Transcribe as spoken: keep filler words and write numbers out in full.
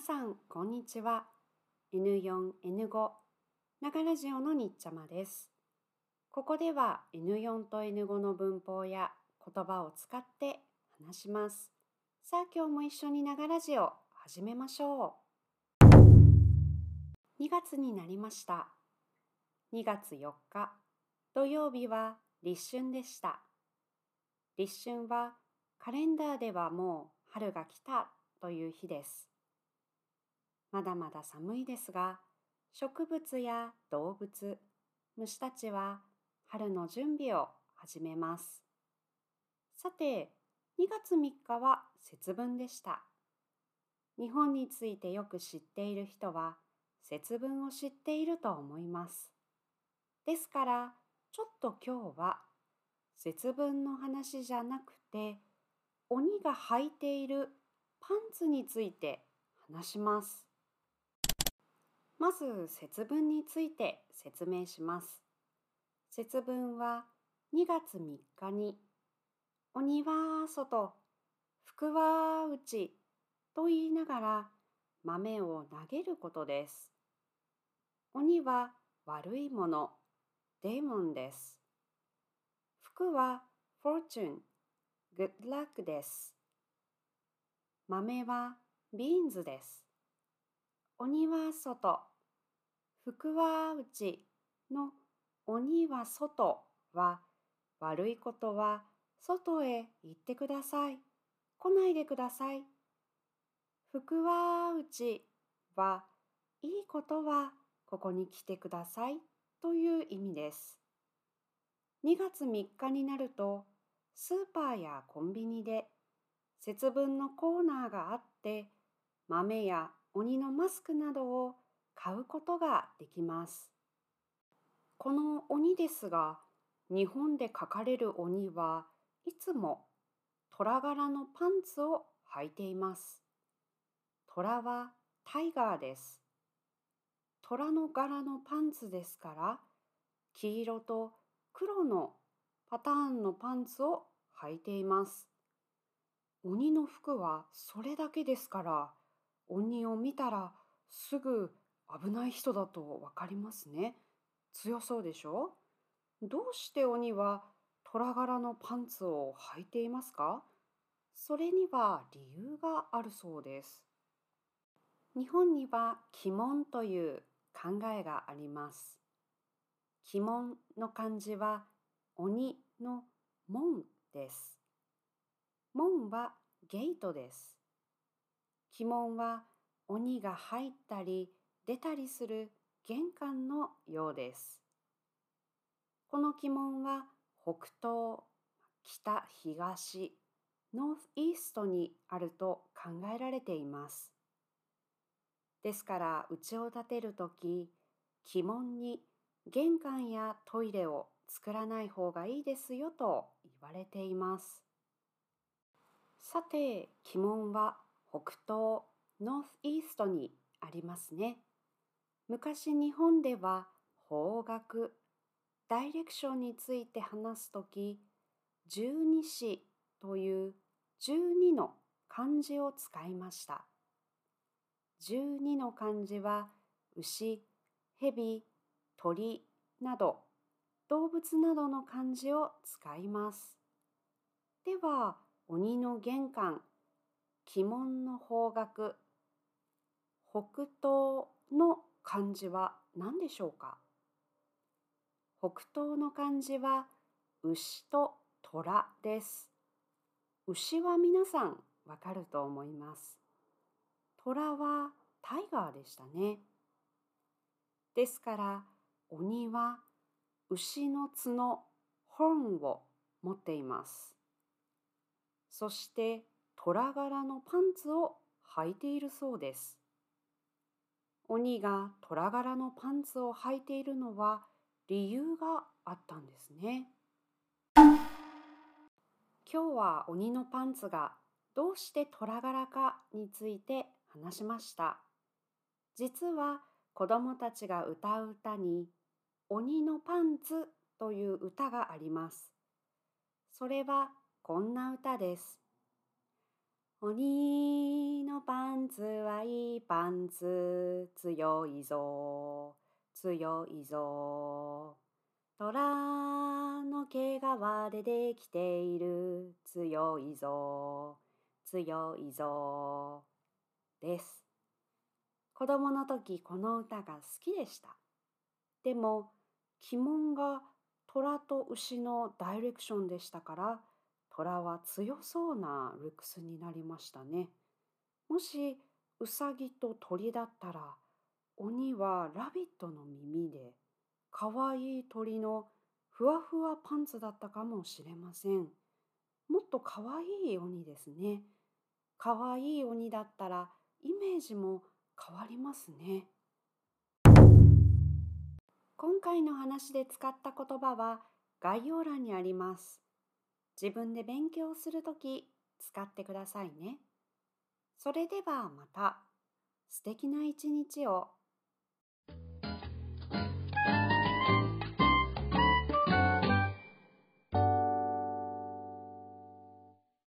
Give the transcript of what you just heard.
さん、こんにちは。エヌよん、エヌご、ながラジオのにっちゃまです。ここでは エヌよん と エヌご の文法や言葉を使って話します。さあ、今日も一緒にながラジオ始めましょう。にがつになりました。にがつよっか、土曜日は立春でした。立春はカレンダーではもう春が来たという日です。まだまだ寒いですが、植物や動物、虫たちは春の準備を始めます。さて、にがつみっかは節分でした。日本についてよく知っている人は節分を知っていると思います。ですから、ちょっと今日は節分の話じゃなくて、鬼が履いているパンツについて話します。まず節分について説明します。節分はにがつみっかに鬼は外、福は内と言いながら豆を投げることです。鬼は悪いもの、デーモンです。福は fortune、good luck です。豆は beans です。鬼は外、福は内の鬼は外は悪いことは外へ行ってください。来ないでください。福は内はいいことはここに来てくださいという意味です。にがつみっかになるとスーパーやコンビニで節分のコーナーがあって豆や鬼のマスクなどを買うことができます。この鬼ですが、日本で描かれる鬼はいつも虎柄のパンツを履いています。虎はタイガーです。虎の柄のパンツですから、黄色と黒のパターンのパンツを履いています。鬼の服はそれだけですから、鬼を見たらすぐ危ない人だとわかりますね。強そうでしょ？どうして鬼は虎柄のパンツを履いていますか？それには理由があるそうです。日本には鬼門という考えがあります。鬼門の漢字は鬼の門です。門はゲートです。鬼門は鬼が入ったり出たりする玄関のようです。この鬼門は北東、北、東、ノースイーストにあると考えられています。ですから家を建てるとき、鬼門に玄関やトイレを作らない方がいいですよと言われています。さて、鬼門は北東、ノースイーストにありますね。昔日本では方角、ダイレクションについて話すとき、十二支というじゅうにの漢字を使いました。じゅうにの漢字は牛、蛇、鳥など動物などの漢字を使います。では、鬼の玄関、鬼門の方角、北東の漢字は何でしょうか？北東の漢字は牛と虎です。牛は皆さんわかると思います。虎はタイガーでしたね。ですから鬼は牛の角、ホーンを持っています。そして虎柄のパンツを履いているそうです。鬼が虎柄のパンツを履いているのは理由があったんですね。今日は鬼のパンツがどうして虎柄かについて話しました。実は子供たちが歌う歌に鬼のパンツという歌があります。それはこんな歌です。 鬼のパンツはいいパンツ、強いぞ、強いぞ。虎の毛皮でできている、強いぞ、強いぞ。です。子供の時この歌が好きでした。でも、鬼門が虎と牛のダイレクションでしたから、虎は強そうなルックスになりましたね。もしウサギと鳥だったら、鬼はラビットの耳で、かわいい鳥のふわふわパンツだったかもしれません。もっとかわいい鬼ですね。かわいい鬼だったらイメージも変わりますね。今回の話で使った言葉は概要欄にあります。自分で勉強するとき使ってくださいね。それではまた素敵な一日を。